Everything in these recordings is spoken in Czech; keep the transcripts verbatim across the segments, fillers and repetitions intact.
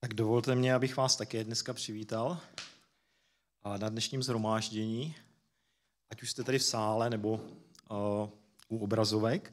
Tak dovolte mě, abych vás také dneska přivítal na dnešním shromáždění, ať už jste tady v sále nebo uh, u obrazovek.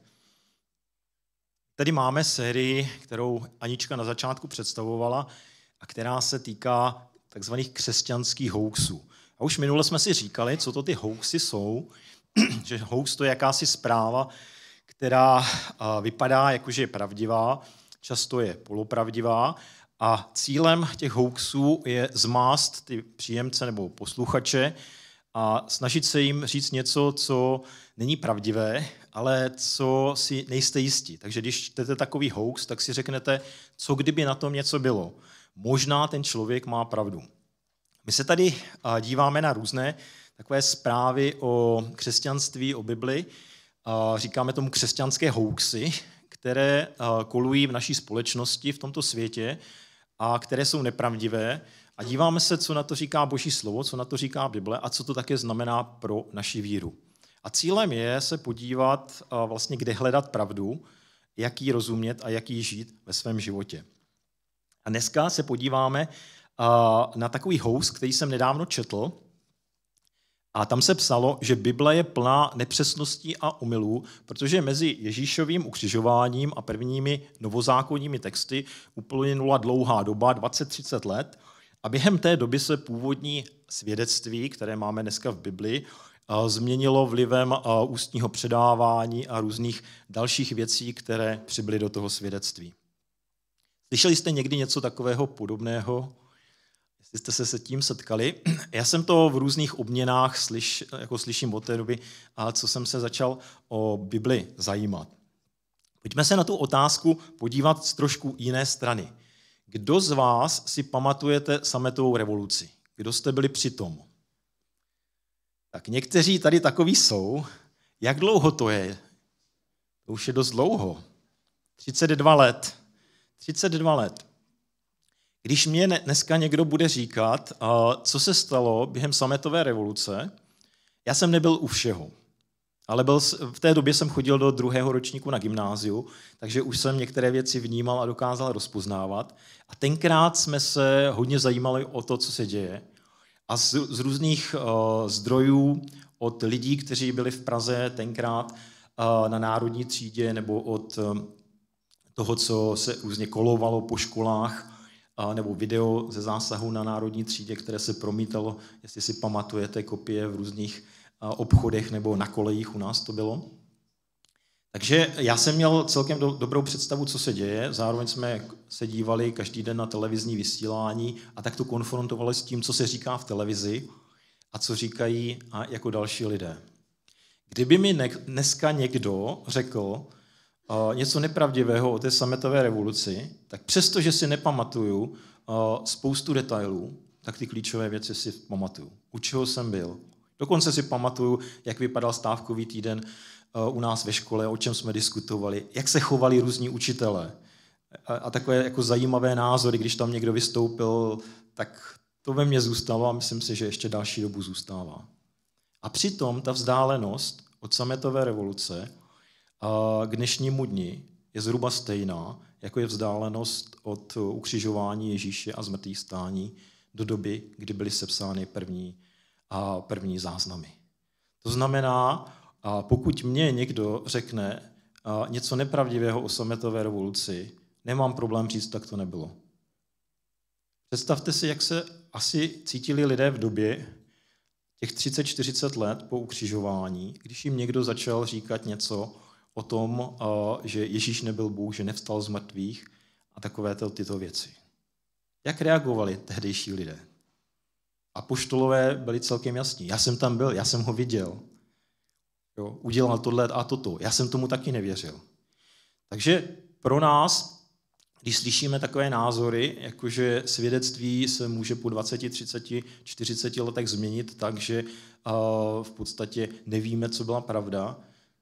Tady máme sérii, kterou Anička na začátku představovala a která se týká takzvaných křesťanských hoaxů. A už minule jsme si říkali, co to ty hoaxy jsou, že hoax to je jakási zpráva, která uh, vypadá jako, že je pravdivá, často je polopravdivá, a cílem těch hoaxů je zmást ty příjemce nebo posluchače a snažit se jim říct něco, co není pravdivé, ale co si nejste jistí. Takže když čtete takový hoax, tak si řeknete, co kdyby na tom něco bylo. Možná ten člověk má pravdu. My se tady díváme na různé takové zprávy o křesťanství, o Bibli. Říkáme tomu křesťanské hoaxy, které kolují v naší společnosti, v tomto světě, a které jsou nepravdivé. A díváme se, co na to říká Boží slovo, co na to říká Bible a co to také znamená pro naši víru. A cílem je se podívat, vlastně, kde hledat pravdu, jak ji rozumět a jak ji žít ve svém životě. A dneska se podíváme na takový hoax, který jsem nedávno četl. A tam se psalo, že Bible je plná nepřesností a omylů, protože mezi Ježíšovým ukřižováním a prvními novozákonními texty uplynula dlouhá doba, dvacet třicet let, a během té doby se původní svědectví, které máme dneska v Bibli, změnilo vlivem ústního předávání a různých dalších věcí, které přibyly do toho svědectví. Slyšeli jste někdy něco takového podobného? Jestli jste se s tím setkali. Já jsem to v různých obměnách slyš, jako slyším od té doby, co jsem se začal o Bibli zajímat. Pojďme se na tu otázku podívat z trošku jiné strany. Kdo z vás si pamatujete sametovou revoluci? Kdo jste byli při tom? Tak někteří tady takový jsou. Jak dlouho to je? To už je dost dlouho. třicet dva let. třicet dva let. Když mě dneska někdo bude říkat, co se stalo během sametové revoluce, já jsem nebyl u všeho, ale byl, v té době jsem chodil do druhého ročníku na gymnáziu, takže už jsem některé věci vnímal a dokázal rozpoznávat. A tenkrát jsme se hodně zajímali o to, co se děje. A z, z různých uh, zdrojů od lidí, kteří byli v Praze tenkrát uh, na Národní třídě, nebo od um, toho, co se různě kolovalo po školách, nebo video ze zásahu na Národní třídě, které se promítalo, jestli si pamatujete, kopie v různých obchodech nebo na kolejích, u nás to bylo. Takže já jsem měl celkem do, dobrou představu, co se děje, zároveň jsme se dívali každý den na televizní vysílání a tak to konfrontovali s tím, co se říká v televizi a co říkají a jako další lidé. Kdyby mi dneska někdo řekl něco nepravdivého o té sametové revoluci, tak přesto, že si nepamatuju spoustu detailů, tak ty klíčové věci si pamatuju. U čeho jsem byl. Dokonce si pamatuju, jak vypadal stávkový týden u nás ve škole, o čem jsme diskutovali, jak se chovali různí učitelé. A takové jako zajímavé názory, když tam někdo vystoupil, tak to ve mně zůstalo a myslím si, že ještě další dobu zůstává. A přitom ta vzdálenost od sametové revoluce k dnešnímu dni je zhruba stejná, jako je vzdálenost od ukřižování Ježíše a zmrtvých stání do doby, kdy byly sepsány první, a první záznamy. To znamená, pokud mě někdo řekne něco nepravdivého o sametové revoluci, nemám problém říct, tak to nebylo. Představte si, jak se asi cítili lidé v době těch třicet čtyřicet let po ukřižování, když jim někdo začal říkat něco o tom, že Ježíš nebyl Bůh, že nevstal z mrtvých a takovéto tyto věci. Jak reagovali tehdejší lidé? Apoštolové byli celkem jasní. Já jsem tam byl, já jsem ho viděl. Jo, udělal tohle a toto. Já jsem tomu taky nevěřil. Takže pro nás, když slyšíme takové názory, jakože svědectví se může po dvaceti, třiceti, čtyřiceti letech změnit tak, že v podstatě nevíme, co byla pravda.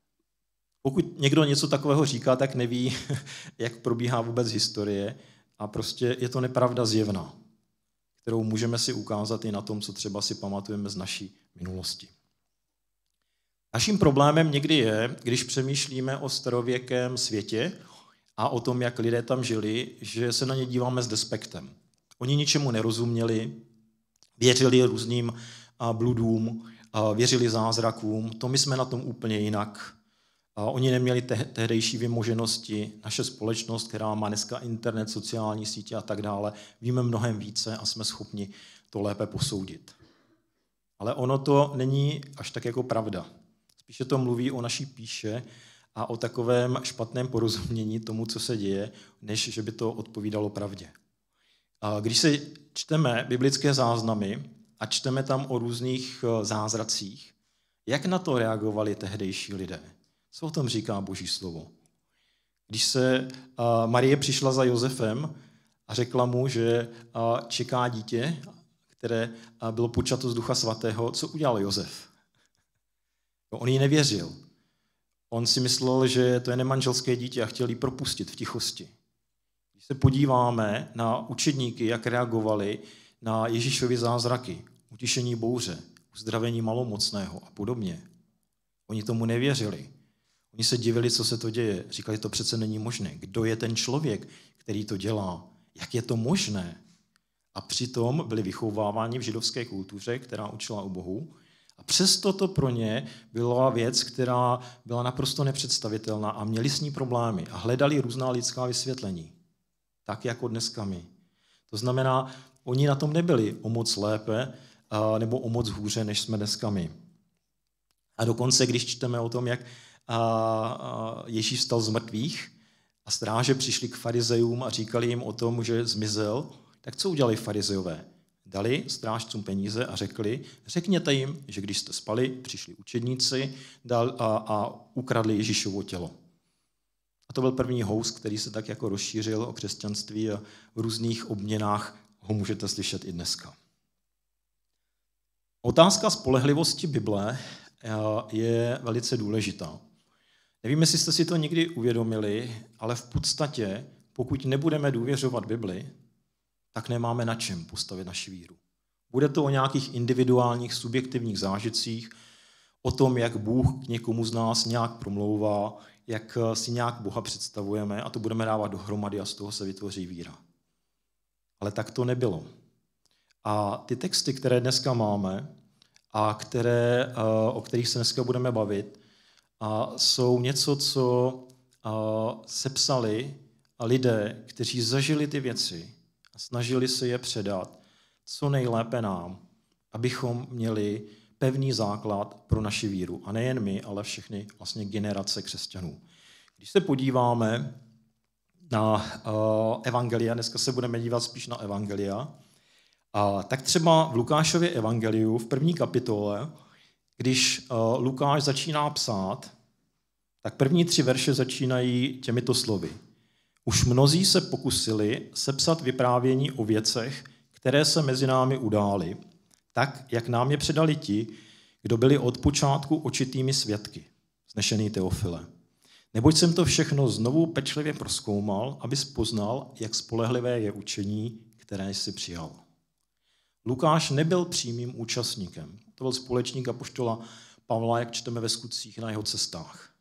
Pokud někdo něco takového říká, tak neví, jak probíhá vůbec historie a prostě je to nepravda zjevná, kterou můžeme si ukázat i na tom, co třeba si pamatujeme z naší minulosti. Naším problémem někdy je, když přemýšlíme o starověkém světě a o tom, jak lidé tam žili, že se na ně díváme s despektem. Oni ničemu nerozuměli, věřili různým bludům, věřili zázrakům, to my jsme na tom úplně jinak. Oni neměli te- tehdejší vymoženosti, naše společnost, která má dneska internet, sociální sítě a tak dále, víme mnohem více a jsme schopni to lépe posoudit. Ale ono to není až tak jako pravda. Spíše to mluví o naší píše a o takovém špatném porozumění tomu, co se děje, než že by to odpovídalo pravdě. Když si čteme biblické záznamy a čteme tam o různých zázracích, jak na to reagovali tehdejší lidé? Co o tom říká Boží slovo? Když se Marie přišla za Josefem a řekla mu, že čeká dítě, které bylo počato z Ducha Svatého, co udělal Josef? On jí nevěřil. On si myslel, že to je nemanželské dítě a chtěl jí propustit v tichosti. Když se podíváme na učedníky, jak reagovali na Ježíšovy zázraky, utišení bouře, uzdravení malomocného a podobně, oni tomu nevěřili. Oni se divili, co se to děje. Říkali, to přece není možné. Kdo je ten člověk, který to dělá? Jak je to možné? A přitom byli vychováváni v židovské kultuře, která učila o Bohu. A přesto to pro ně byla věc, která byla naprosto nepředstavitelná a měli s ní problémy a hledali různá lidská vysvětlení. Tak jako dneska my. To znamená, oni na tom nebyli o moc lépe nebo o moc hůře, než jsme dneska my. A dokonce, když čteme o tom, jak Ježíš vstal z mrtvých a stráže přišli k farizejům a říkali jim o tom, že zmizel, tak co udělali farizejové? Dali strážcům peníze a řekli, řekněte jim, že když jste spali, přišli učedníci dal a, a ukradli Ježíšovo tělo. A to byl první hous, který se tak jako rozšířil o křesťanství a v různých obměnách ho můžete slyšet i dneska. Otázka spolehlivosti Bible je velice důležitá. Nevím, jestli jste si to někdy uvědomili, ale v podstatě, pokud nebudeme důvěřovat Bibli, tak nemáme na čem postavit naši víru. Bude to o nějakých individuálních, subjektivních zážitcích, o tom, jak Bůh k někomu z nás nějak promlouvá, jak si nějak Boha představujeme a to budeme dávat dohromady a z toho se vytvoří víra. Ale tak to nebylo. A ty texty, které dneska máme a které, o kterých se dneska budeme bavit, jsou něco, co sepsali lidé, kteří zažili ty věci a snažili se je předat co nejlépe nám, abychom měli pevný základ pro naši víru. A nejen my, ale všechny vlastně generace křesťanů. Když se podíváme na uh, evangelia, dneska se budeme dívat spíš na evangelia, uh, tak třeba v Lukášově evangeliu v první kapitole, když uh, Lukáš začíná psát, tak první tři verše začínají těmito slovy. Už mnozí se pokusili sepsat vyprávění o věcech, které se mezi námi udály, tak, jak nám je předali ti, kdo byli od počátku očitými svědky, vznešený Teofile. Neboť jsem to všechno znovu pečlivě prozkoumal, aby poznal, jak spolehlivé je učení, které jsi přijal. Lukáš nebyl přímým účastníkem. To byl společník apoštola Pavla, jak čteme ve skutcích na jeho cestách.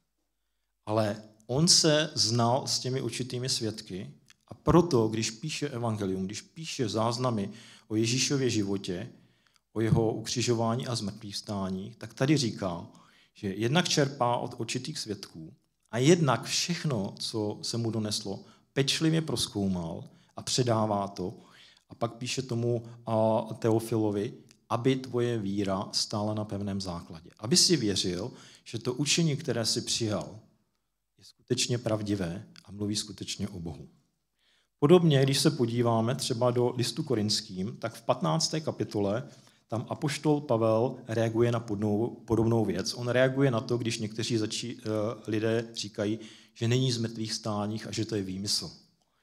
Ale on se znal s těmi určitými svědky a proto, když píše evangelium, když píše záznamy o Ježíšově životě, o jeho ukřižování a zmrtvýchvstání, tak tady říká, že jednak čerpá od určitých svědků a jednak všechno, co se mu doneslo, pečlivě prozkoumal a předává to a pak píše tomu Teofilovi, aby tvoje víra stála na pevném základě. Aby si věřil, že to učení, které si přijal, je skutečně pravdivé a mluví skutečně o Bohu. Podobně, když se podíváme třeba do listu Korinským, tak v patnácté kapitole tam apoštol Pavel reaguje na podobnou věc. On reaguje na to, když někteří začí, uh, lidé říkají, že není zmrtvých stáních a že to je výmysl.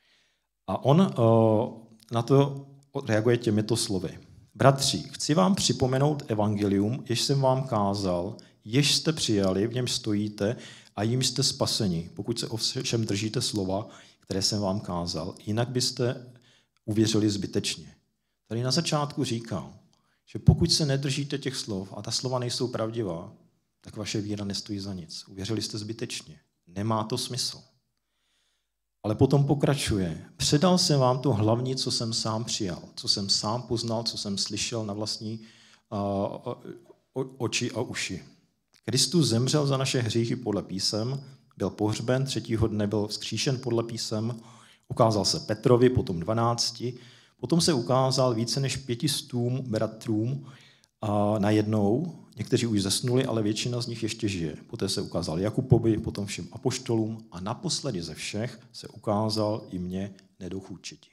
A on uh, na to reaguje těmito slovy. Bratři, chci vám připomenout evangelium, jež jsem vám kázal, jež jste přijali, v něm stojíte a jim jste spaseni, pokud se ovšem držíte slova, které jsem vám kázal, jinak byste uvěřili zbytečně. Tady na začátku říkal, že pokud se nedržíte těch slov a ta slova nejsou pravdivá, tak vaše víra nestojí za nic. Uvěřili jste zbytečně. Nemá to smysl. Ale potom pokračuje. Předal jsem vám to hlavní, co jsem sám přijal, co jsem sám poznal, co jsem slyšel na vlastní uh, oči a uši. Kristus zemřel za naše hříchy podle písem, byl pohřben, třetího dne byl vzkříšen podle písem, ukázal se Petrovi, potom dvanácti, potom se ukázal více než pětistům bratrům a najednou. Někteří už zesnuli, ale většina z nich ještě žije. Poté se ukázal Jakubovi, potom všem apoštolům a naposledy ze všech se ukázal i mně, nedochůdčiti.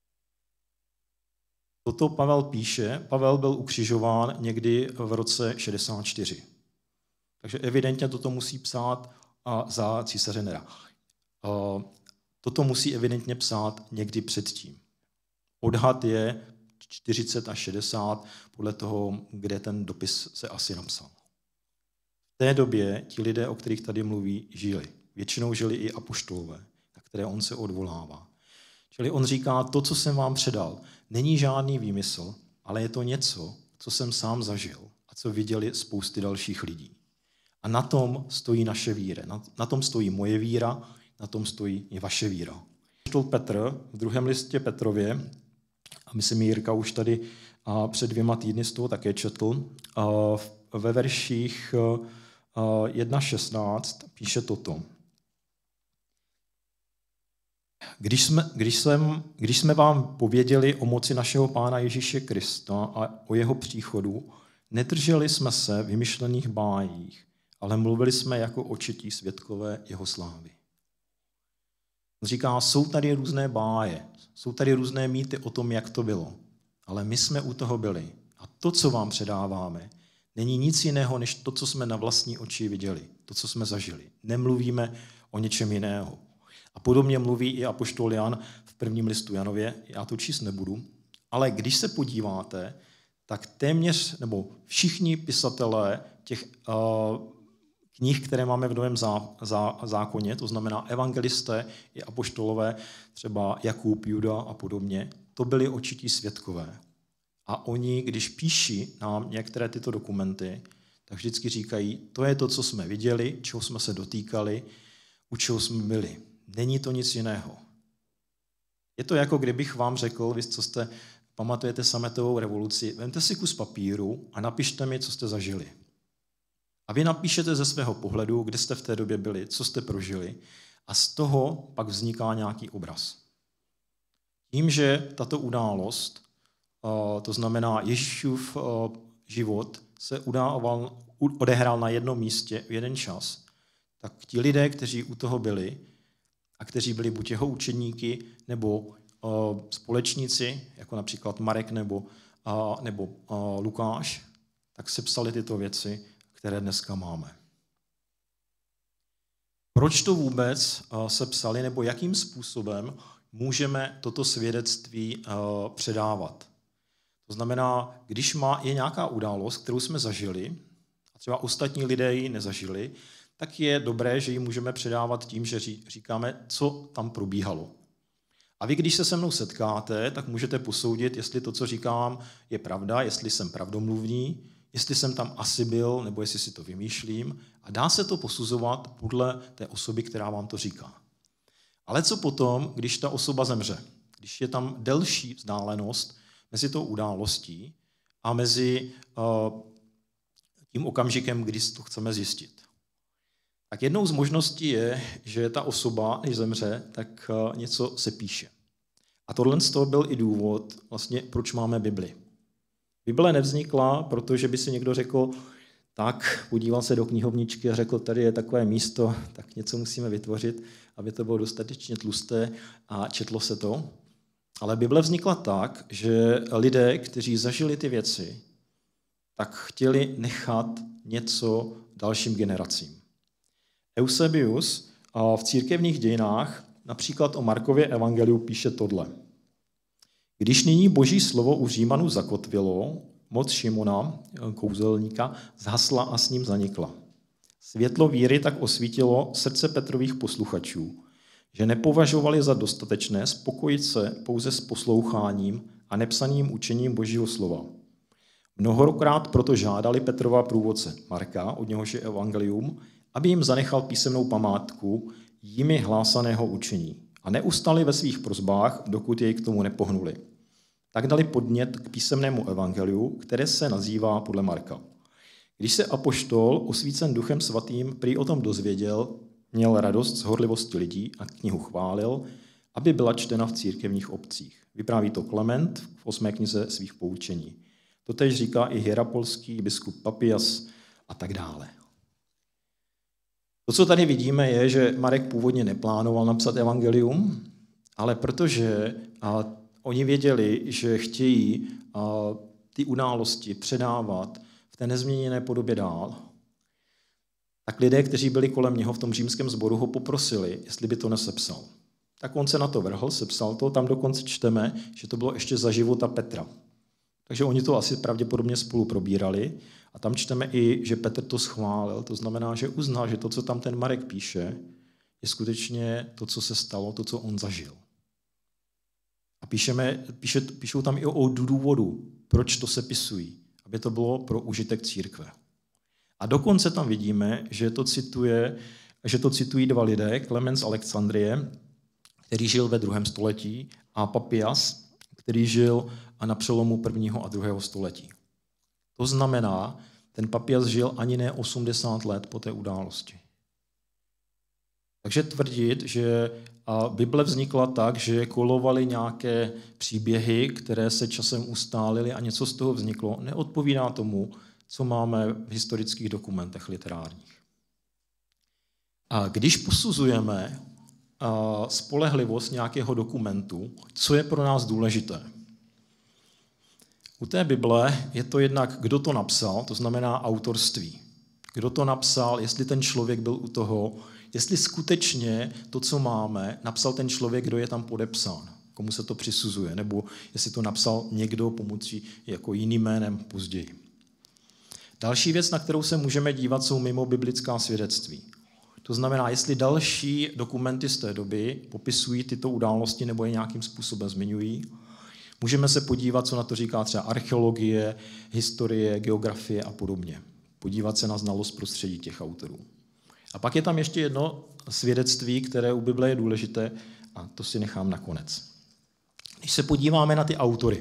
Toto Pavel píše. Pavel byl ukřižován někdy v roce šedesát čtyři. Takže evidentně toto musí psát za císaře Nera. Toto musí evidentně psát někdy předtím. Odhad je čtyřicet až šedesát, podle toho, kde ten dopis se asi napsal. V té době ti lidé, o kterých tady mluví, žili. Většinou žili i apoštolové, na které on se odvolává. Čili on říká, to, co jsem vám předal, není žádný výmysl, ale je to něco, co jsem sám zažil a co viděli spousty dalších lidí. A na tom stojí naše víra. Na, na tom stojí moje víra, na tom stojí i vaše víra. Apoštol Petr v druhém listě Petrově, a myslím, Jirka už tady před dvěma týdny z toho také četl, ve verších jedna šestnáct píše toto. Když jsme, když, jsem, když jsme vám pověděli o moci našeho Pána Ježíše Krista a o jeho příchodu, nedrželi jsme se v vymyšlených bájích, ale mluvili jsme jako očití svědkové jeho slávy. On říká, jsou tady různé báje, jsou tady různé mýty o tom, jak to bylo, ale my jsme u toho byli. A to, co vám předáváme, není nic jiného, než to, co jsme na vlastní oči viděli, to, co jsme zažili. Nemluvíme o něčem jiného. A podobně mluví i apoštol Jan v prvním listu Janově, já to číst nebudu, ale když se podíváte, tak téměř, nebo všichni pisatelé těch uh, knih, které máme v Novém zá, zá, zákoně, to znamená evangelisté i apoštolové, třeba Jakub, Juda a podobně, to byli očití svědkové. A oni, když píší nám některé tyto dokumenty, tak vždycky říkají, to je to, co jsme viděli, čeho jsme se dotýkali, u čeho jsme byli. Není to nic jiného. Je to jako kdybych vám řekl, vy, co jste, pamatujete sametovou revoluci, vemte si kus papíru a napište mi, co jste zažili. A vy napíšete ze svého pohledu, kde jste v té době byli, co jste prožili, a z toho pak vzniká nějaký obraz. Tím, že tato událost, to znamená Ježíšův život, se udával, odehrál na jednom místě v jeden čas, tak ti lidé, kteří u toho byli a kteří byli buď jeho učedníky nebo společníci, jako například Marek nebo, nebo Lukáš, tak se psali tyto věci, které dneska máme. Proč to vůbec se psali, nebo jakým způsobem můžeme toto svědectví předávat? To znamená, když má, je nějaká událost, kterou jsme zažili, a třeba ostatní lidé ji nezažili, tak je dobré, že ji můžeme předávat tím, že říkáme, co tam probíhalo. A vy, když se se mnou setkáte, tak můžete posoudit, jestli to, co říkám, je pravda, jestli jsem pravdomluvný, jestli jsem tam asi byl, nebo jestli si to vymýšlím. A dá se to posuzovat podle té osoby, která vám to říká. Ale co potom, když ta osoba zemře? Když je tam delší vzdálenost mezi tou událostí a mezi uh, tím okamžikem, kdy to chceme zjistit. Tak jednou z možností je, že ta osoba, když zemře, tak uh, něco se píše. A tohle z toho byl i důvod, vlastně, proč máme Bibli. Bible nevznikla, protože by si někdo řekl, tak podíval se do knihovničky a řekl, tady je takové místo, tak něco musíme vytvořit, aby to bylo dostatečně tlusté a četlo se to. Ale Bible vznikla tak, že lidé, kteří zažili ty věci, tak chtěli nechat něco dalším generacím. Eusebius v církevních dějinách například o Markově evangeliu píše tohle. Když nyní boží slovo u Římanů zakotvilo, moc Šimona, kouzelníka, zhasla a s ním zanikla. Světlo víry tak osvítilo srdce Petrových posluchačů, že nepovažovali za dostatečné spokojit se pouze s posloucháním a nepsaným učením božího slova. Mnohokrát proto žádali Petrova průvodce Marka, od něhož je evangelium, aby jim zanechal písemnou památku jimi hlásaného učení. a neustali ve svých prosbách, dokud jej k tomu nepohnuli. Tak dali podnět k písemnému evangeliu, které se nazývá podle Marka. Když se apoštol, osvícen Duchem svatým, prý o tom dozvěděl, měl radost z horlivosti lidí a knihu chválil, aby byla čtena v církevních obcích. Vypráví to Klement v osmé knize svých poučení. Totéž říká i hierapolský biskup Papias a tak dále. To, co tady vidíme, je, že Marek původně neplánoval napsat evangelium, ale protože a, oni věděli, že chtějí a, ty události předávat v té nezměněné podobě dál, tak lidé, kteří byli kolem něho v tom římském sboru, ho poprosili, jestli by to nesepsal. Tak on se na to vrhl, sepsal to, tam dokonce čteme, že to bylo ještě za života Petra. Takže oni to asi pravděpodobně spolu probírali a tam čteme i, že Petr to schválil, to znamená, že uznal, že to, co tam ten Marek píše, je skutečně to, co se stalo, to, co on zažil. A píšeme, píše, píšou tam i o důvodu, proč to sepisují, aby to bylo pro užitek církve. A dokonce tam vidíme, že to, cituje, že to citují dva lidé, Klement z Alexandrie, který žil ve druhém století, a Papias, který žil na přelomu prvního a druhého století. To znamená, ten Papias žil ani ne osmdesát let po té události. Takže tvrdit, že Bible vznikla tak, že kolovaly nějaké příběhy, které se časem ustálily a něco z toho vzniklo, neodpovídá tomu, co máme v historických dokumentech literárních. A když posuzujeme spolehlivost nějakého dokumentu, co je pro nás důležité? U té Bible je to jednak, kdo to napsal, to znamená autorství. Kdo to napsal, jestli ten člověk byl u toho, jestli skutečně to, co máme, napsal ten člověk, kdo je tam podepsán, komu se to přisuzuje, nebo jestli to napsal někdo pomocí jako jiným jménem později. Další věc, na kterou se můžeme dívat, jsou mimo biblická svědectví. To znamená, jestli další dokumenty z té doby popisují tyto události nebo je nějakým způsobem zmiňují. Můžeme se podívat, co na to říká třeba archeologie, historie, geografie a podobně. Podívat se na znalost prostředí těch autorů. A pak je tam ještě jedno svědectví, které u Bible je důležité, a to si nechám nakonec. Když se podíváme na ty autory.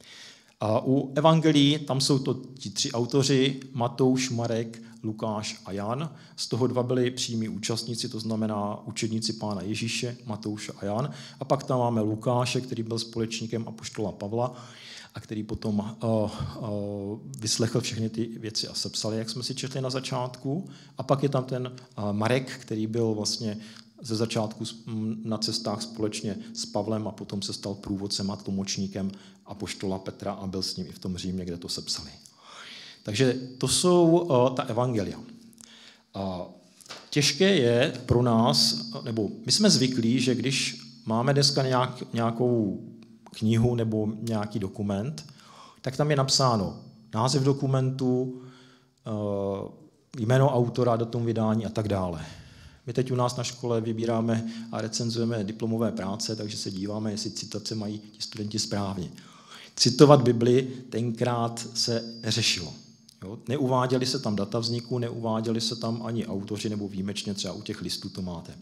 A u evangelií tam jsou to ti tři autoři, Matouš, Marek, Lukáš a Jan. Z toho dva byli přímí účastníci, to znamená učedníci Pána Ježíše, Matouš a Jan. A pak tam máme Lukáše, který byl společníkem apoštola Pavla a který potom uh, uh, vyslechl všechny ty věci a sepsal, jak jsme si četli na začátku. A pak je tam ten uh, Marek, který byl vlastně ze začátku na cestách společně s Pavlem a potom se stal průvodcem a tlumočníkem apoštola Petra a byl s ním i v tom Římě, kde to sepsali. Takže to jsou uh, ta evangelia. Uh, těžké je pro nás, nebo my jsme zvyklí, že když máme dneska nějak, nějakou knihu nebo nějaký dokument, tak tam je napsáno název dokumentu, uh, jméno autora, datum vydání a tak dále. My teď u nás na škole vybíráme a recenzujeme diplomové práce, takže se díváme, jestli citace mají ti studenti správně. Citovat Bibli tenkrát se neřešilo. Jo? Neuváděli se tam data vzniku, neuváděli se tam ani autoři, nebo výjimečně třeba u těch listů to máte.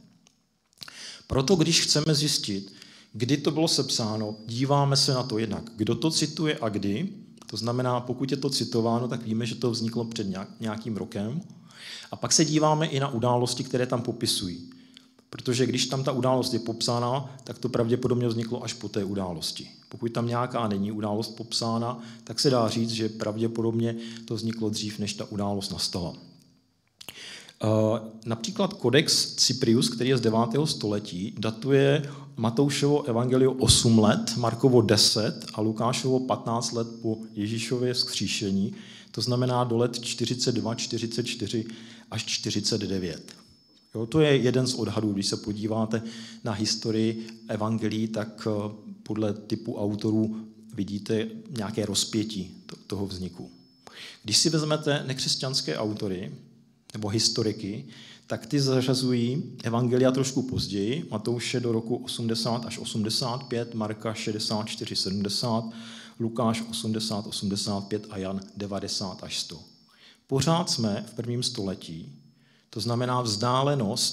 Proto, když chceme zjistit, kdy to bylo sepsáno, díváme se na to jednak, kdo to cituje a kdy. To znamená, pokud je to citováno, tak víme, že to vzniklo před nějakým rokem. A pak se díváme i na události, které tam popisují. Protože když tam ta událost je popsána, tak to pravděpodobně vzniklo až po té události. Pokud tam nějaká není událost popsána, tak se dá říct, že pravděpodobně to vzniklo dřív, než ta událost nastala. Například Codex Cyprius, který je z devátého století, datuje Matoušovo evangelium osm let, Markovo deset a Lukášovo patnáct let po Ježíšově vzkříšení, to znamená do let čtyřicet dva, čtyřicet čtyři až čtyřicet devět. Jo, to je jeden z odhadů. Když se podíváte na historii evangelií, tak podle typu autorů vidíte nějaké rozpětí toho vzniku. Když si vezmete nekřesťanské autory nebo historiky, tak ty zařazují evangelia trošku později, Matouše do roku osmdesát až osmdesát pět, Marka šedesát čtyři sedmdesát, Lukáš osmdesát osmdesát pět a Jan devadesát až sto. Pořád jsme v prvním století, to znamená vzdálenost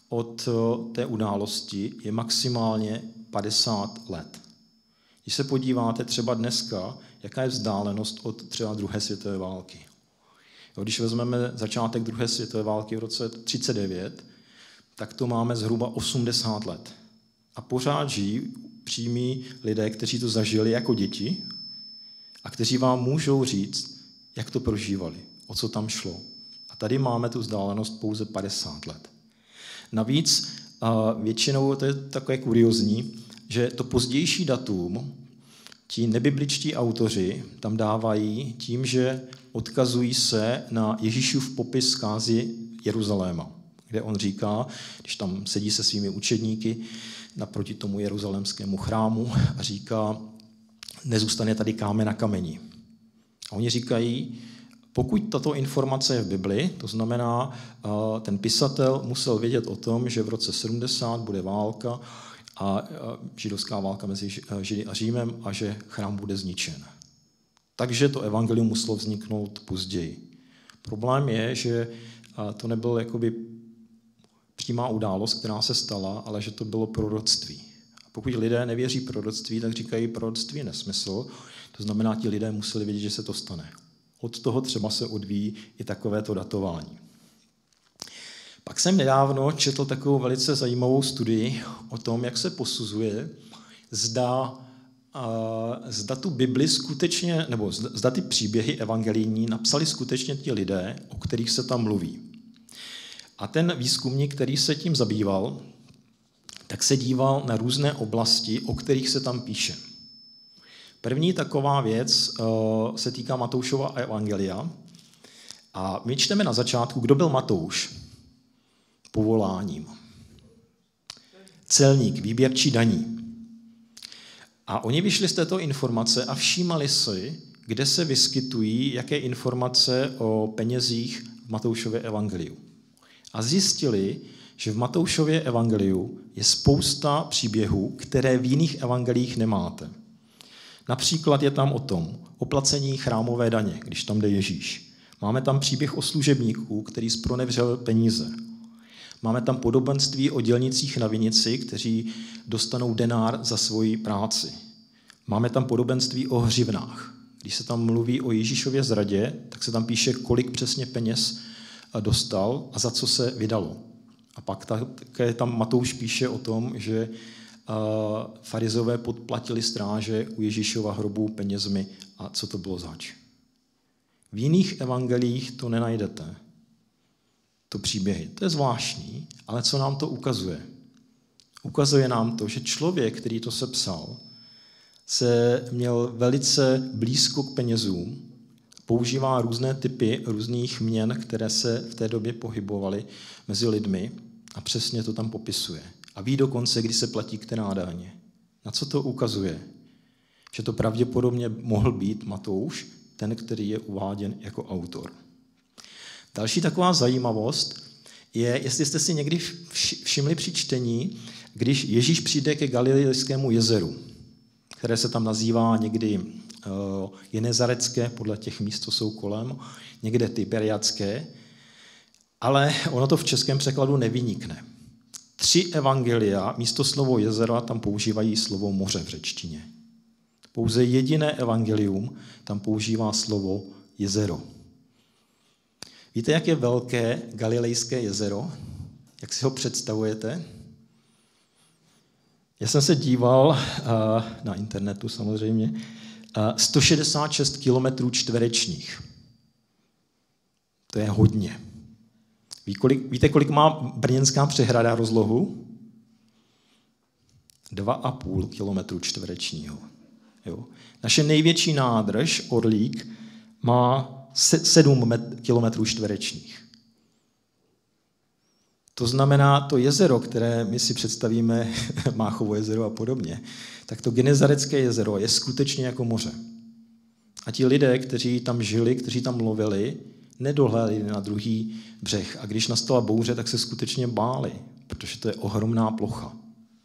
od té události je maximálně padesát let. Když se podíváte třeba dneska, jaká je vzdálenost od třeba druhé světové války. Jo, když vezmeme začátek druhé světové války v roce třicet devět, tak to máme zhruba osmdesát let. A pořád žijí přímí lidé, kteří to zažili jako děti a kteří vám můžou říct, jak to prožívali, o co tam šlo. A tady máme tu vzdálenost pouze padesát let. Navíc většinou, to je takové kuriozní, že to pozdější datum ti nebibličtí autoři tam dávají tím, že odkazují se na Ježíšův popis zkázy Jeruzaléma, kde on říká, když tam sedí se svými učedníky naproti tomu jeruzalémskému chrámu a říká, nezůstane tady kámen na kameni. A oni říkají, pokud tato informace je v Bibli, to znamená, ten pisatel musel vědět o tom, že v roce sedmdesát bude válka a židovská válka mezi Židy a Římem a že chrám bude zničen. Takže to evangelium muselo vzniknout později. Problém je, že to nebyl jakoby přímá událost, která se stala, ale že to bylo proroctví. A pokud lidé nevěří proroctví, tak říkají, proroctví je nesmysl, to znamená, ti lidé museli vědět, že se to stane. Od toho třeba se odvíjí i takovéto datování. Pak jsem nedávno četl takovou velice zajímavou studii o tom, jak se posuzuje, zda, uh, zda tu Bibli skutečně, nebo zda ty příběhy evangelijní napsali skutečně ti lidé, o kterých se tam mluví. A ten výzkumník, který se tím zabýval, tak se díval na různé oblasti, o kterých se tam píše. První taková věc uh, se týká Matoušova evangelia. A my čteme na začátku, kdo byl Matouš povoláním. Celník, výběrčí daní. A oni vyšli z této informace a všímali si, kde se vyskytují, jaké informace o penězích v Matoušově evangeliu. A zjistili, že v Matoušově evangeliu je spousta příběhů, které v jiných evangelích nemáte. Například je tam o tom oplacení chrámové daně, když tam jde Ježíš. Máme tam příběh o služebníku, který zpronevřel peníze. Máme tam podobenství o dělnicích na vinici, kteří dostanou denár za svoji práci. Máme tam podobenství o hřivnách. Když se tam mluví o Ježíšově zradě, tak se tam píše, kolik přesně peněz dostal a za co se vydalo. A pak také tam Matouš píše o tom, že farizové podplatili stráže u Ježíšova hrobu penězmi a co to bylo zač. V jiných evangelích to nenajdete. To příběhy. To je zvláštní, ale co nám to ukazuje? Ukazuje nám to, že člověk, který to sepsal, se měl velice blízko k penězům, používá různé typy různých měn, které se v té době pohybovaly mezi lidmi a přesně to tam popisuje. A ví dokonce, kdy se platí která daň. Na co to ukazuje? Že to pravděpodobně mohl být Matouš, ten, který je uváděn jako autor. Další taková zajímavost je, jestli jste si někdy všimli při čtení, když Ježíš přijde ke Galilejskému jezeru, které se tam nazývá někdy Genezarecké, podle těch míst, co jsou kolem, někde Tiberiacké, ale ono to v českém překladu nevynikne. Tři evangelia, místo slovo jezera, tam používají slovo moře v řečtině. Pouze jediné evangelium tam používá slovo jezero. Víte, jak je velké Galilejské jezero? Jak si ho představujete? Já jsem se díval na internetu samozřejmě, sto šedesát šest kilometrů čtverečních. To je hodně. Víte, kolik má Brněnská přehrada rozlohu? Dva a půl kilometru čtverečního. Jo. Naše největší nádrž, Orlík, má sedm kilometrů čtverečních. To znamená, to jezero, které my si představíme, Máchovo jezero a podobně, tak to Genezarecké jezero je skutečně jako moře. A ti lidé, kteří tam žili, kteří tam lovili, nedohlédli na druhý břeh. A když nastala bouře, tak se skutečně báli, protože to je ohromná plocha.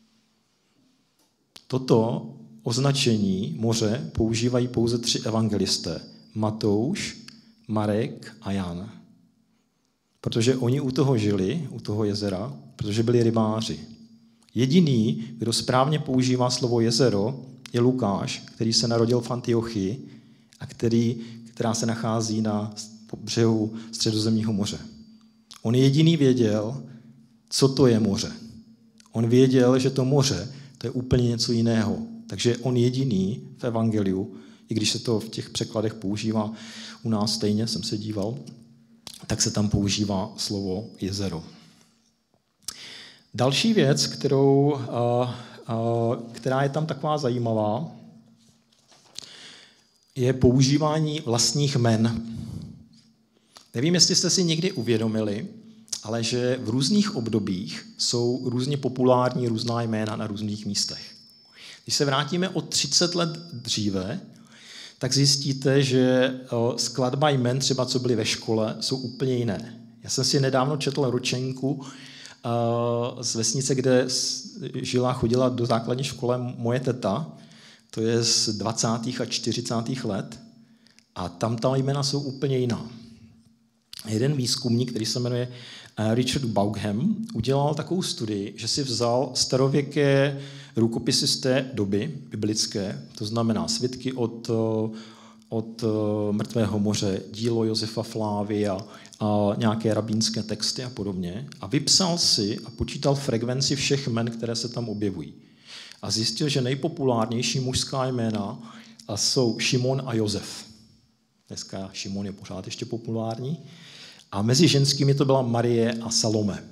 Toto označení moře používají pouze tři evangelisté. Matouš, Marek a Jan. protože oni u toho žili, u toho jezera, protože byli rybáři. Jediný, kdo správně používá slovo jezero, je Lukáš, který se narodil v Antiochii a který, která se nachází na břehu Středozemního moře. On jediný věděl, co to je moře. On věděl, že to moře, to je úplně něco jiného. Takže on jediný v evangeliu, i když se to v těch překladech používá u nás stejně, jsem se díval, tak se tam používá slovo jezero. Další věc, kterou, která je tam taková zajímavá, je používání vlastních jmen. Nevím, jestli jste si někdy uvědomili, ale že v různých obdobích jsou různě populární různá jména na různých místech. Když se vrátíme o třicet let dříve, tak zjistíte, že skladba jmen, třeba co byly ve škole, jsou úplně jiné. Já jsem si nedávno četl ročenku z vesnice, kde žila, chodila do základní školy moje teta, to je z dvacátých a čtyřicátých let, a tam ta jména jsou úplně jiná. Jeden výzkumník, který se jmenuje Richard Baugham, udělal takovou studii, že si vzal starověké rukopisy z té doby, biblické, to znamená svitky od, od Mrtvého moře, dílo Josefa Flávia a nějaké rabínské texty a podobně, a vypsal si a počítal frekvenci všech jmen, které se tam objevují. A zjistil, že nejpopulárnější mužská jména jsou Šimon a Josef. Dneska Šimon je pořád ještě populární. A mezi ženskými to byla Marie a Salome.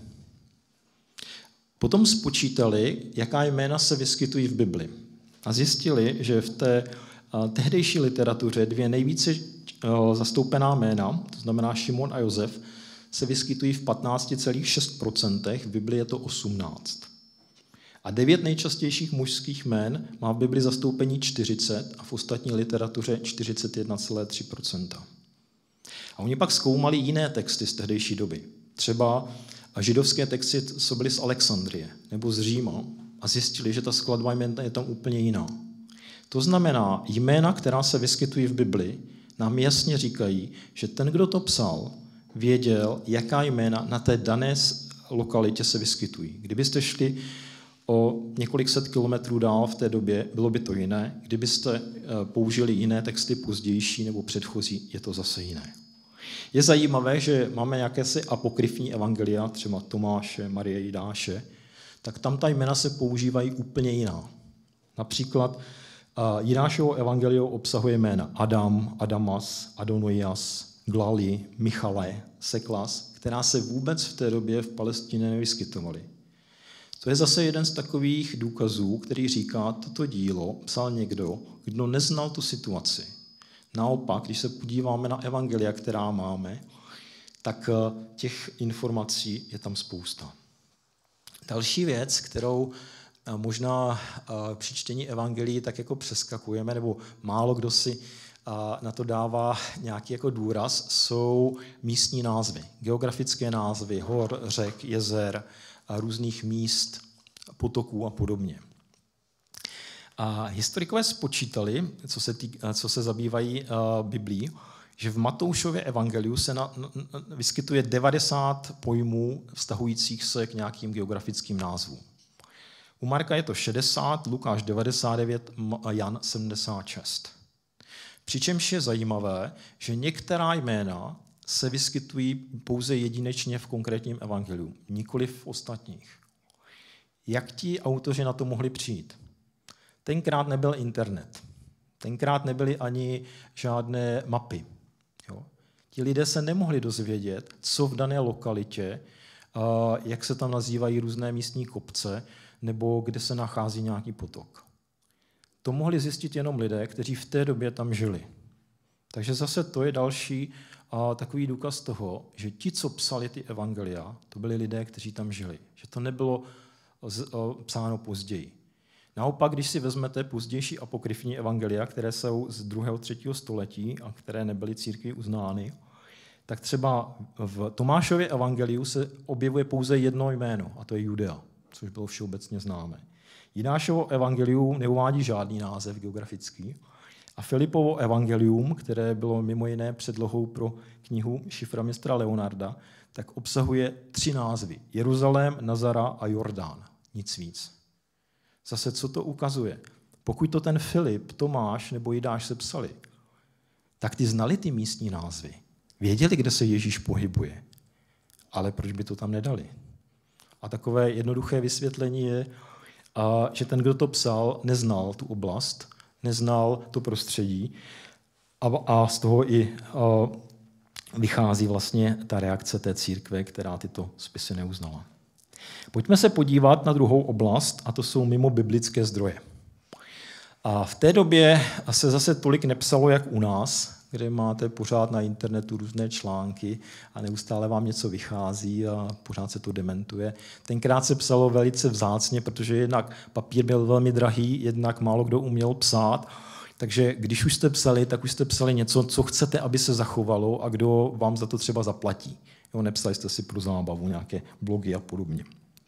Potom spočítali, jaká jména se vyskytují v Bibli. A zjistili, že v té tehdejší literatuře dvě nejvíce zastoupená jména, to znamená Šimon a Josef, se vyskytují v patnáct celá šest procenta, v Bibli je to osmnáct. A devět nejčastějších mužských jmén má v Bibli zastoupení čtyřicet a v ostatní literatuře čtyřicet jedna celá tři procenta. A oni pak zkoumali jiné texty z tehdejší doby. Třeba židovské texty, co byly z Alexandrie nebo z Říma, a zjistili, že ta skladba jmén je tam úplně jiná. To znamená, jména, která se vyskytují v Bibli, nám jasně říkají, že ten, kdo to psal, věděl, jaká jména na té dané lokalitě se vyskytují. Kdybyste šli o několik set kilometrů dál v té době, bylo by to jiné. Kdybyste použili jiné texty pozdější nebo předchozí, je to zase jiné. Je zajímavé, že máme nějaké si apokryfní evangelia, třeba Tomáše, Marie, Jidáše, tak tam ta jména se používají úplně jiná. Například Jidášovo evangelium obsahuje jména Adam, Adamas, Adonias, Glali, Michale, Seklas, která se vůbec v té době v Palestině nevyskytovaly. To je zase jeden z takových důkazů, který říká, toto dílo psal někdo, kdo neznal tu situaci. Naopak, když se podíváme na evangelia, která máme, tak těch informací je tam spousta. Další věc, kterou možná při čtení evangelií tak jako přeskakujeme, nebo málo kdo si na to dává nějaký jako důraz, jsou místní názvy, geografické názvy hor, řek, jezer, různých míst, potoků a podobně. A historikové spočítali, co se, tý, co se zabývají uh, Biblí, že v Matoušově evangeliu se na, na, vyskytuje devadesát pojmů vztahujících se k nějakým geografickým názvům. U Marka je to šedesát, Lukáš devadesát devět, Jan sedmdesát šest. Přičemž je zajímavé, že některá jména se vyskytují pouze jedinečně v konkrétním evangeliu, nikoli v ostatních. Jak ti autoři na to mohli přijít? Tenkrát nebyl internet. Tenkrát nebyly ani žádné mapy. Jo? Ti lidé se nemohli dozvědět, co v dané lokalitě, jak se tam nazývají různé místní kopce, nebo kde se nachází nějaký potok. To mohli zjistit jenom lidé, kteří v té době tam žili. Takže zase to je další a takový důkaz toho, že ti, co psali ty evangelia, to byli lidé, kteří tam žili. Že to nebylo psáno později. Naopak, když si vezmete pozdější apokryfní evangelia, které jsou z druhého třetího století a které nebyly církví uznány, tak třeba v Tomášově evangeliu se objevuje pouze jedno jméno, a to je Judea, což bylo všeobecně známé. Jidášovo evangelium neuvádí žádný název geografický, A Filipovo evangelium, které bylo mimo jiné předlohou pro knihu Šifra mistra Leonarda, tak obsahuje tři názvy. Jeruzalém, Nazara a Jordán. Nic víc. Zase, co to ukazuje? Pokud to ten Filip, Tomáš nebo Jidáš sepsali, tak ty znali ty místní názvy. Věděli, kde se Ježíš pohybuje. Ale proč by to tam nedali? A takové jednoduché vysvětlení je, že ten, kdo to psal, neznal tu oblast, neznal to prostředí a z toho i vychází vlastně ta reakce té církve, která tyto spisy neuznala. Pojďme se podívat na druhou oblast, a to jsou mimo biblické zdroje. A v té době se zase tolik nepsalo, jak u nás, kde máte pořád na internetu různé články a neustále vám něco vychází a pořád se to dementuje. Tenkrát se psalo velice vzácně, protože jednak papír byl velmi drahý, jednak málo kdo uměl psát, takže když už jste psali, tak už jste psali něco, co chcete, aby se zachovalo a kdo vám za to třeba zaplatí. Jo, nepsali jste si pro zábavu nějaké blogy a podobně.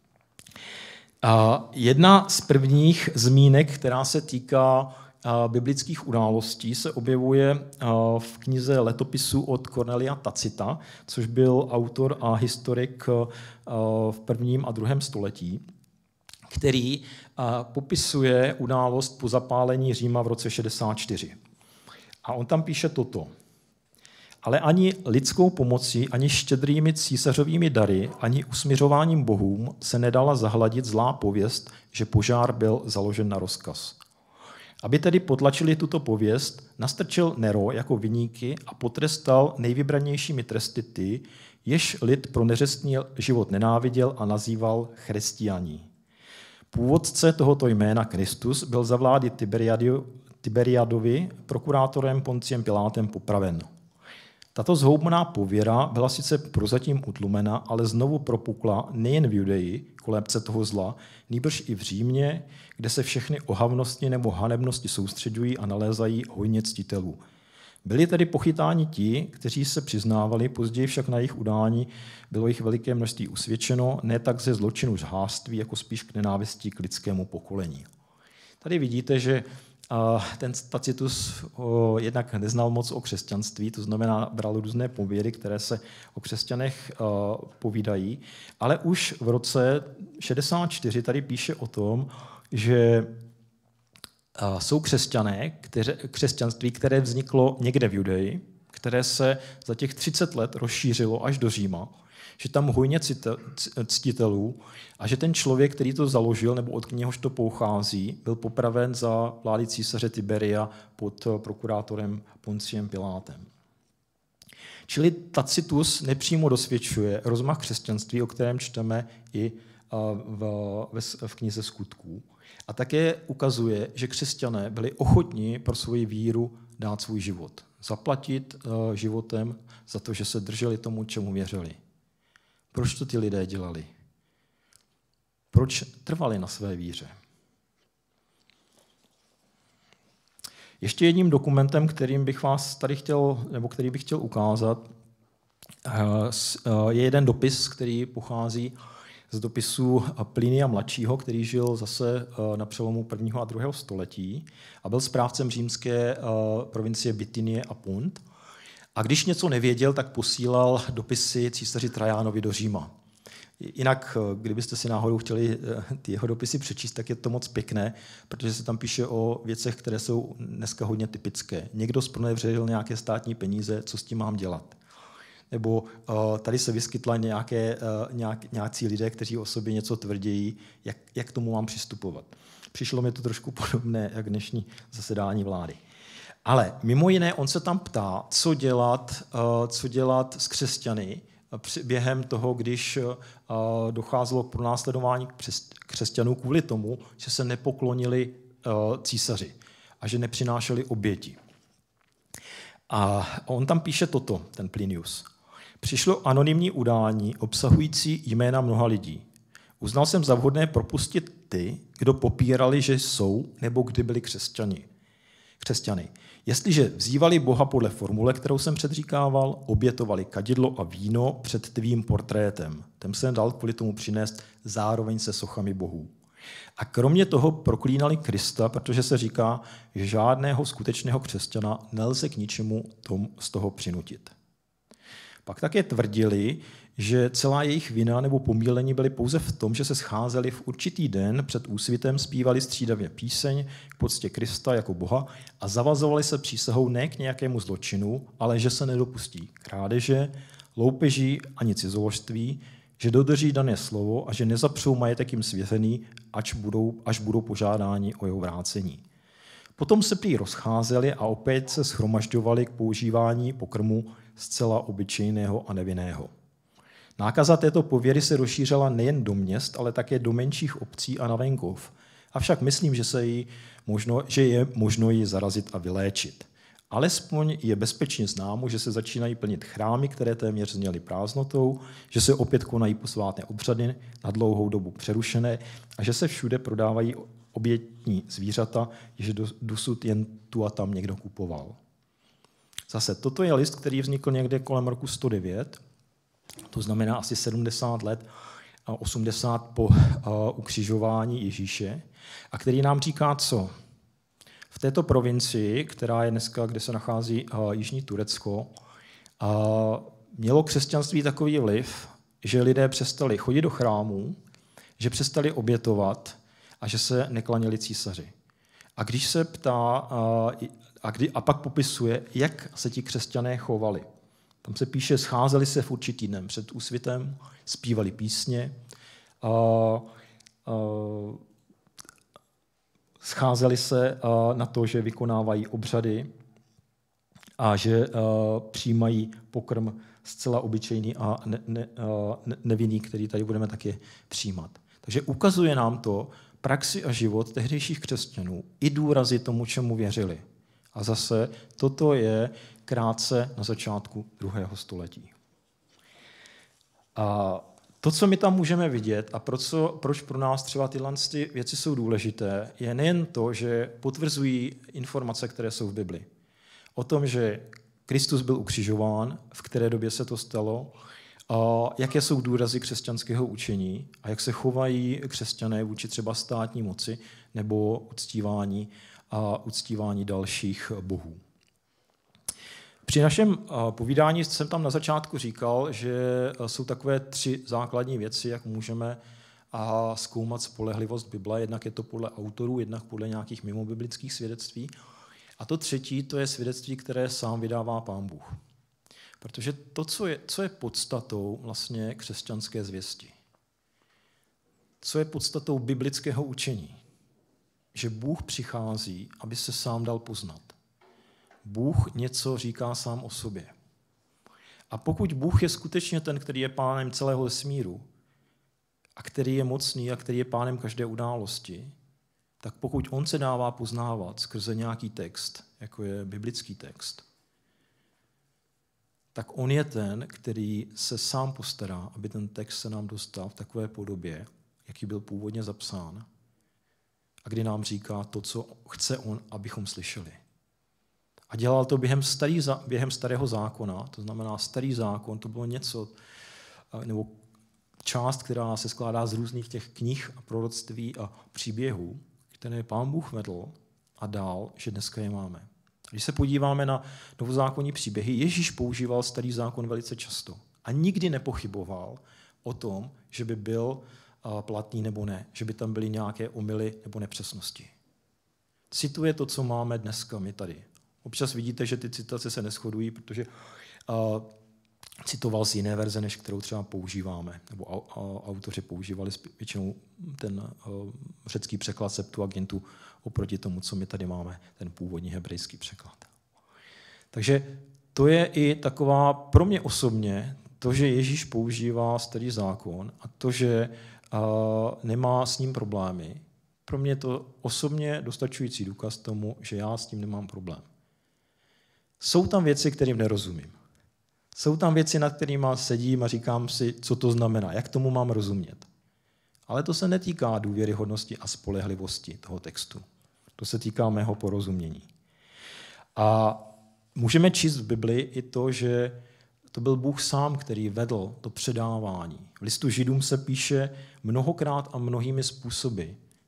A jedna z prvních zmínek, která se týká biblických událostí, se objevuje v knize letopisů od Cornelia Tacita, což byl autor a historik v prvním a druhém století, který popisuje událost po zapálení Říma v roce šedesát čtyři. A on tam píše toto. Ale ani lidskou pomocí, ani štědrými císařovými dary, ani usmiřováním bohům se nedala zahladit zlá pověst, že požár byl založen na rozkaz. Aby tedy potlačili tuto pověst, nastrčil Nero jako viníky a potrestal nejvybranějšími tresty ty, jež lid pro neřestný život nenáviděl a nazýval chřestianí. Původce tohoto jména Kristus byl za vlády Tiberiadovi prokurátorem Ponciem Pilátem popraven. Tato zhoubná pověra byla sice prozatím utlumena, ale znovu propukla nejen v Judeji, kolébce toho zla, nýbrž i v Římě, kde se všechny ohavnosti nebo hanebnosti soustředují a nalézají hojně ctitelů. Byli tedy pochytáni ti, kteří se přiznávali, později však na jejich udání bylo jich veliké množství usvědčeno, ne tak ze zločinu žhářství, jako spíš k nenávisti k lidskému pokolení. Tady vidíte, že ten Tacitus jednak neznal moc o křesťanství, to znamená, bral různé pověry, které se o křesťanech povídají, ale už v roce šedesát čtyři tady píše o tom, že jsou křesťané, které, křesťanství, které vzniklo někde v Judeji, které se za těch třicet let rozšířilo až do Říma, že tam hojně ctitelů a že ten člověk, který to založil, nebo od něhož to pochází, byl popraven za vlády císaře Tiberia pod prokurátorem Ponciem Pilátem. Čili Tacitus nepřímo dosvědčuje rozmach křesťanství, o kterém čteme i v, v knize Skutků. A také ukazuje, že křesťané byli ochotní pro svoji víru dát svůj život. Zaplatit životem za to, že se drželi tomu, čemu věřili. Proč to ty lidé dělali? Proč trvali na své víře? Ještě jedním dokumentem, kterým bych vás tady chtěl, nebo který bych chtěl ukázat, je jeden dopis, který pochází z dopisu Plinia mladšího, který žil zase na přelomu prvního a druhého století a byl správcem římské provincie Bitynie a Punt. A když něco nevěděl, tak posílal dopisy císaři Trajánovi do Říma. Jinak, kdybyste si náhodou chtěli ty jeho dopisy přečíst, tak je to moc pěkné, protože se tam píše o věcech, které jsou dneska hodně typické. Někdo zpronevěřil nějaké státní peníze, co s tím mám dělat? Nebo uh, tady se vyskytla nějaké, uh, nějak, nějací lidé, kteří o sobě něco tvrdějí, jak, jak k tomu mám přistupovat. Přišlo mi to trošku podobné, jak dnešní zasedání vlády. Ale mimo jiné, on se tam ptá, co dělat, uh, co dělat s křesťany během toho, když uh, docházelo k pronásledování křesťanů kvůli tomu, že se nepoklonili uh, císaři a že nepřinášeli oběti. A on tam píše toto, ten Plinius. Přišlo anonymní udání obsahující jména mnoha lidí. Uznal jsem za vhodné propustit ty, kdo popírali, že jsou nebo kdy byli křesťani. křesťany. Jestliže vzývali Boha podle formule, kterou jsem předříkával, obětovali kadidlo a víno před tvým portrétem. Ten jsem dal kvůli tomu přinést zároveň se sochami bohů. A kromě toho proklínali Krista, protože se říká, že žádného skutečného křesťana nelze k ničemu tomu z toho přinutit. Pak také tvrdili, že celá jejich vina nebo pomílení byly pouze v tom, že se scházeli v určitý den před úsvitem, zpívali střídavě píseň k poctě Krista jako Boha a zavazovali se přísahou ne k nějakému zločinu, ale že se nedopustí krádeže, loupeží ani cizoložství, že dodrží dané slovo a že nezapřou majetek jim svěřený, až budou, až budou požádáni o jeho vrácení. Potom se prý rozcházeli a opět se shromažďovali k používání pokrmu zcela obyčejného a nevinného. Nákaza této pověry se rozšířila nejen do měst, ale také do menších obcí a na venkov. Avšak myslím, že, se jí možno, že je možno ji zarazit a vyléčit. Alespoň je bezpečně známo, že se začínají plnit chrámy, které téměř zněly prázdnotou, že se opět konají posvátné obřady na dlouhou dobu přerušené a že se všude prodávají obětní zvířata, že dosud jen tu a tam někdo kupoval. Zase, toto je list, který vznikl někde kolem roku sto devět, to znamená asi sedmdesát let a osmdesát po ukřižování Ježíše, a který nám říká co? V této provincii, která je dneska, kde se nachází jižní Turecko, mělo křesťanství takový vliv, že lidé přestali chodit do chrámů, že přestali obětovat a že se neklaněli císaři. A když se ptá, a, kdy, a pak popisuje, jak se ti křesťané chovali. Tam se píše, scházeli se v určitý den před úsvitem, zpívali písně, a, a, scházeli se na to, že vykonávají obřady a že přijímají pokrm zcela obyčejný a ne, ne, ne, nevinný, který tady budeme taky přijímat. Takže ukazuje nám to praxi a život tehdejších křesťanů i důrazy tomu, čemu věřili. A zase toto je krátce na začátku druhého století. A to, co my tam můžeme vidět a proč, proč pro nás třeba tyhle věci jsou důležité, je nejen to, že potvrzují informace, které jsou v Bibli. O tom, že Kristus byl ukřižován, v které době se to stalo, a jaké jsou důrazy křesťanského učení a jak se chovají křesťané vůči třeba státní moci nebo uctívání a uctívání dalších bohů. Při našem povídání jsem tam na začátku říkal, že jsou takové tři základní věci, jak můžeme zkoumat spolehlivost Bible. Jednak je to podle autorů, jednak podle nějakých mimobiblických svědectví. A to třetí, to je svědectví, které sám vydává Pán Bůh. Protože to, co je, co je podstatou vlastně křesťanské zvěsti, co je podstatou biblického učení, že Bůh přichází, aby se sám dal poznat. Bůh něco říká sám o sobě. A pokud Bůh je skutečně ten, který je pánem celého vesmíru a který je mocný a který je pánem každé události, tak pokud on se dává poznávat skrze nějaký text, jako je biblický text, tak on je ten, který se sám postará, aby ten text se nám dostal v takové podobě, jaký byl původně zapsán, a kdy nám říká to, co chce on, abychom slyšeli. A dělal to během, starý, během starého zákona, to znamená starý zákon, to bylo něco, nebo část, která se skládá z různých těch knih a proroctví a příběhů, které Pán Bůh vedl a dal, že dneska je máme. Když se podíváme na novozákonní příběhy, Ježíš používal starý zákon velice často a nikdy nepochyboval o tom, že by byl platný nebo ne, že by tam byly nějaké omyly nebo nepřesnosti. Cituje to, co máme dneska my tady. Občas vidíte, že ty citace se neshodují, protože uh, citoval z jiné verze, než kterou třeba používáme, nebo au, uh, autoři používali většinou ten uh, řecký překlad Septuagintu oproti tomu, co my tady máme, ten původní hebrejský překlad. Takže to je i taková, pro mě osobně, to, že Ježíš používá starý zákon a to, že uh, nemá s ním problémy, pro mě to osobně dostačující důkaz tomu, že já s tím nemám problém. Jsou tam věci, kterým nerozumím. Jsou tam věci, nad kterými sedím a říkám si, co to znamená, jak tomu mám rozumět. Ale to se netýká důvěryhodnosti a spolehlivosti toho textu. To se týká mého porozumění. A můžeme číst v Bibli i to, že to byl Bůh sám, který vedl to předávání. V listu Židům se píše mnohokrát a mnohými způsoby,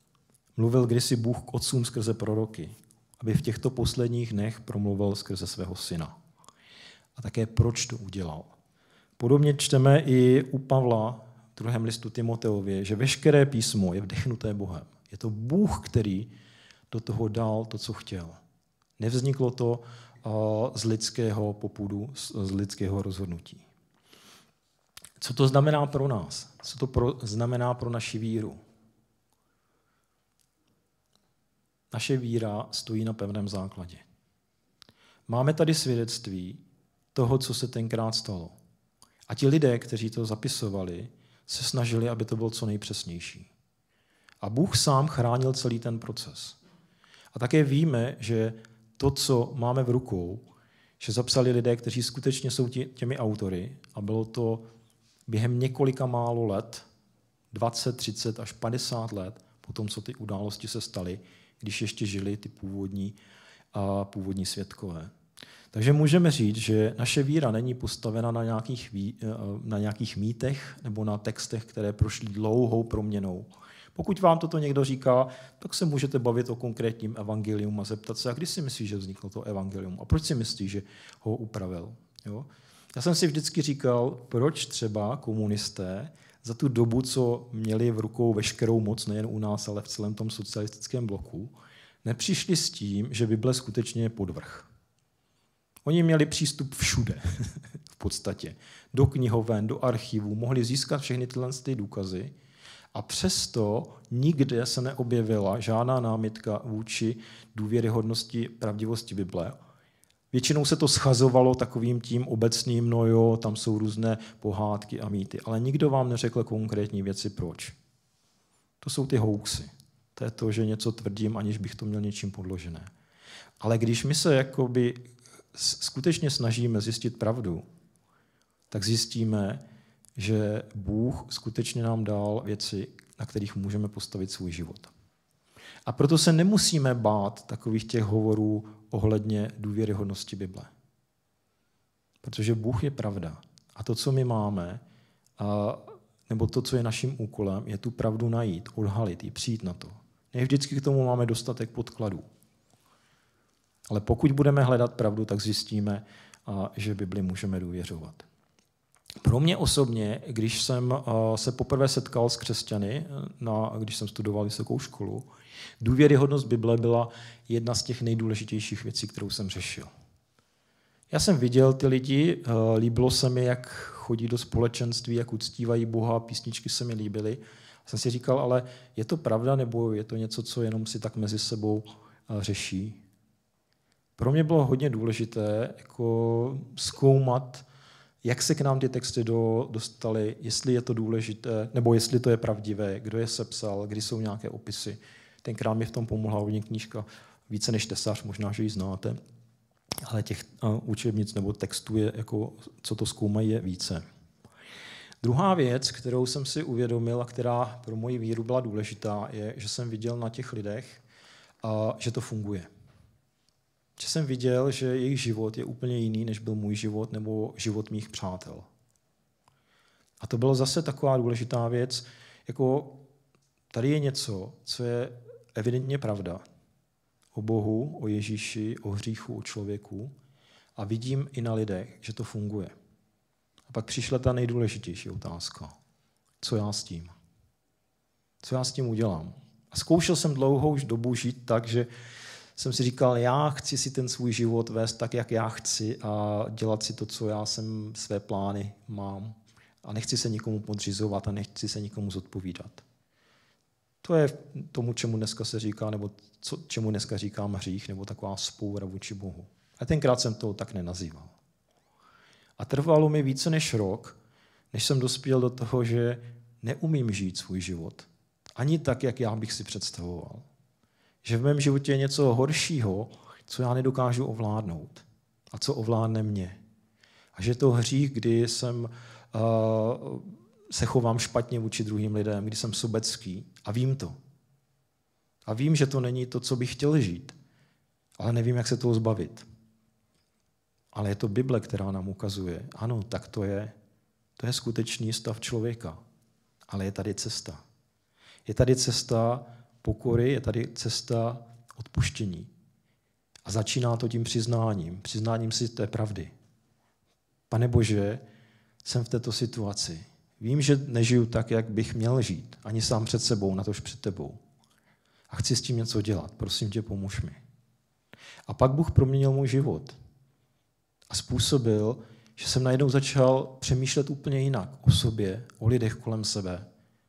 Mluvil kdysi Bůh k otcům skrze proroky, aby v těchto posledních dnech promluvil skrze svého syna. A také proč to udělal. Podobně čteme i u Pavla v druhém listu Timoteově, že veškeré písmo je vdechnuté Bohem. Je to Bůh, který do toho dal to, co chtěl. Nevzniklo to z lidského popudu, z lidského rozhodnutí. Co to znamená pro nás? Co to pro, znamená pro naši víru? Naše víra stojí na pevném základě. Máme tady svědectví toho, co se tenkrát stalo. A ti lidé, kteří to zapisovali, se snažili, aby to bylo co nejpřesnější. A Bůh sám chránil celý ten proces. A také víme, že to, co máme v rukou, že zapsali lidé, kteří skutečně jsou těmi autory, a bylo to během několika málo let, dvacet, třicet až padesát let, po tom, co ty události se staly, když ještě žili ty původní, a původní svědkové. Takže můžeme říct, že naše víra není postavena na nějakých, na nějakých mýtech nebo na textech, které prošly dlouhou proměnou. Pokud vám toto někdo říká, tak se můžete bavit o konkrétním evangelium a zeptat se, a kdy si myslíš, že vzniklo to evangelium a proč si myslíš, že ho upravil. Jo? Já jsem si vždycky říkal, proč třeba komunisté za tu dobu, co měli v rukou veškerou moc, nejen u nás, ale v celém tom socialistickém bloku, nepřišli s tím, že Bible skutečně je podvrh. Oni měli přístup všude, v podstatě. Do knihoven, do archivů, mohli získat všechny tyhle důkazy a přesto nikde se neobjevila žádná námitka vůči důvěryhodnosti, pravdivosti Bible. Většinou se to schazovalo takovým tím obecným, no jo, tam jsou různé pohádky a mýty, ale nikdo vám neřekl konkrétní věci, proč. To jsou ty hoaxy. To je to, že něco tvrdím, aniž bych to měl něčím podložené. Ale když my se jakoby skutečně snažíme zjistit pravdu, tak zjistíme, že Bůh skutečně nám dal věci, na kterých můžeme postavit svůj život. A proto se nemusíme bát takových těch hovorů ohledně důvěryhodnosti Bible. Protože Bůh je pravda. A to, co my máme, a, nebo to, co je naším úkolem, je tu pravdu najít, odhalit ji, přijít na to. Ne vždycky k tomu máme dostatek podkladů. Ale pokud budeme hledat pravdu, tak zjistíme, že Bibli můžeme důvěřovat. Pro mě osobně, když jsem se poprvé setkal s křesťany, na, když jsem studoval vysokou školu, důvěryhodnost Bible byla jedna z těch nejdůležitějších věcí, kterou jsem řešil. Já jsem viděl ty lidi, líbilo se mi, jak chodí do společenství, jak uctívají Boha, písničky se mi líbily. Jsem si říkal, ale je to pravda, nebo je to něco, co jenom si tak mezi sebou řeší? Pro mě bylo hodně důležité jako zkoumat, jak se k nám ty texty do, dostaly, jestli je to důležité, nebo jestli to je pravdivé, kdo je sepsal, kdy jsou nějaké opisy. Tenkrát mi v tom pomohla hodně knížka Více než tesař, možná, že ji znáte, ale těch uh, učebnic nebo textů, je, jako, co to zkoumají, je více. Druhá věc, kterou jsem si uvědomil a která pro moji víru byla důležitá, je, že jsem viděl na těch lidech, uh, že to funguje. Že jsem viděl, že jejich život je úplně jiný, než byl můj život nebo život mých přátel. A to bylo zase taková důležitá věc, jako tady je něco, co je evidentně pravda o Bohu, o Ježíši, o hříchu, o člověku a vidím i na lidech, že to funguje. A pak přišla ta nejdůležitější otázka. Co já s tím? Co já s tím udělám? A zkoušel jsem dlouhou už dobu žít tak, že jsem si říkal, já chci si ten svůj život vést tak, jak já chci a dělat si to, co já jsem, své plány mám. A nechci se nikomu podřizovat a nechci se nikomu zodpovídat. To je tomu, čemu dneska se říká, nebo co, čemu dneska říkám hřích, nebo taková spoura vůči Bohu. A tenkrát jsem to tak nenazýval. A trvalo mi více než rok, než jsem dospěl do toho, že neumím žít svůj život. Ani tak, jak já bych si představoval. Že v mém životě je něco horšího, co já nedokážu ovládnout a co ovládne mě. A že to hřích, kdy jsem, uh, se chovám špatně vůči druhým lidem, kdy jsem sobecký a vím to. A vím, že to není to, co bych chtěl žít, ale nevím, jak se toho zbavit. Ale je to Bible, která nám ukazuje, ano, tak to je. To je skutečný stav člověka. Ale je tady cesta. Je tady cesta pokory je tady cesta odpuštění. A začíná to tím přiznáním, přiznáním si té pravdy. Pane Bože, jsem v této situaci. Vím, že nežiju tak, jak bych měl žít, ani sám před sebou, natož před tebou. A chci s tím něco dělat, prosím tě, pomůž mi. A pak Bůh proměnil můj život a způsobil, že jsem najednou začal přemýšlet úplně jinak o sobě, o lidech kolem sebe.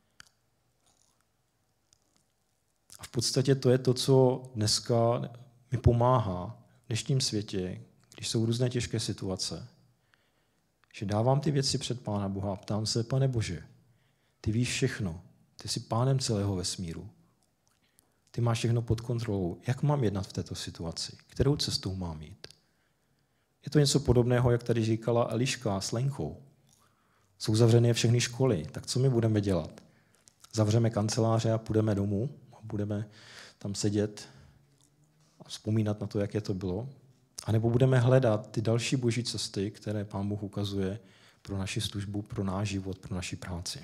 A v podstatě to je to, co dneska mi pomáhá v dnešním světě, když jsou různé těžké situace, že dávám ty věci před Pána Boha a ptám se, Pane Bože, ty víš všechno, ty jsi pánem celého vesmíru, ty máš všechno pod kontrolou, jak mám jednat v této situaci, kterou cestou mám jít. Je to něco podobného, jak tady říkala Eliška s Lenkou. Jsou zavřené všechny školy, tak co my budeme dělat? Zavřeme kanceláře a půjdeme domů a budeme tam sedět a vzpomínat na to, jaké to bylo? A nebo budeme hledat ty další boží cesty, které Pán Bůh ukazuje pro naši službu, pro náš život, pro naši práci.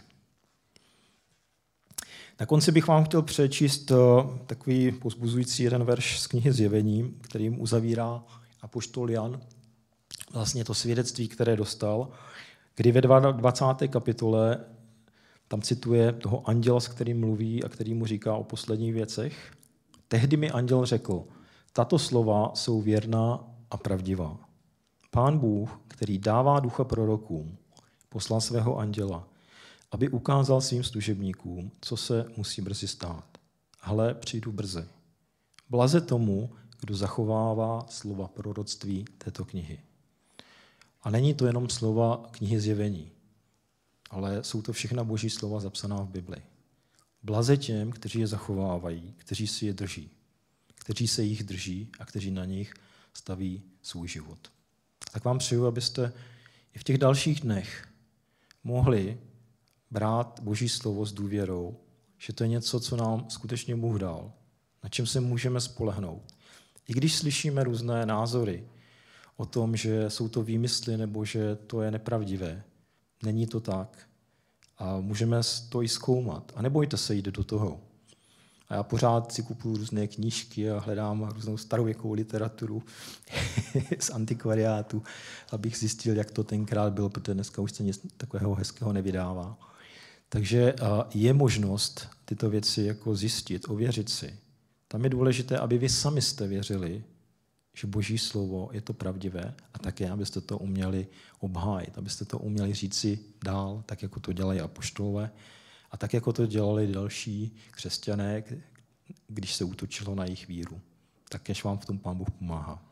Na konci bych vám chtěl přečíst takový povzbuzující jeden verš z knihy Zjevení, kterým uzavírá apoštol Jan vlastně to svědectví, které dostal, kdy ve dvacáté kapitole tam cituje toho anděla, s kterým mluví a který mu říká o posledních věcech. Tehdy mi anděl řekl, tato slova jsou věrná a pravdivá. Pán Bůh, který dává ducha prorokům, poslal svého anděla, aby ukázal svým služebníkům, co se musí brzy stát. Hle, přijdu brzy. Blaze tomu, kdo zachovává slova proroctví této knihy. A není to jenom slova knihy Zjevení, ale jsou to všechna boží slova zapsaná v Bibli. Blaze těm, kteří je zachovávají, kteří si je drží, kteří se jich drží a kteří na nich staví svůj život. Tak vám přeju, abyste i v těch dalších dnech mohli brát boží slovo s důvěrou, že to je něco, co nám skutečně Bůh dal, na čem se můžeme spolehnout. I když slyšíme různé názory o tom, že jsou to výmysly nebo že to je nepravdivé, není to tak. A můžeme to i zkoumat. A nebojte se jít do toho. A já pořád si kupuju různé knížky a hledám různou starověkou literaturu z antikvariátu, abych zjistil, jak to tenkrát bylo, protože dneska už se nic takového hezkého nevydává. Takže je možnost tyto věci jako zjistit, ověřit si. Tam je důležité, aby vy sami jste věřili, že Boží slovo je to pravdivé a také, abyste to uměli obhájit, abyste to uměli říci dál, tak jako to dělají apoštolové a tak jako to dělali další křesťané, když se útočilo na jejich víru. Tak kež vám v tom Pán Bůh pomáhá.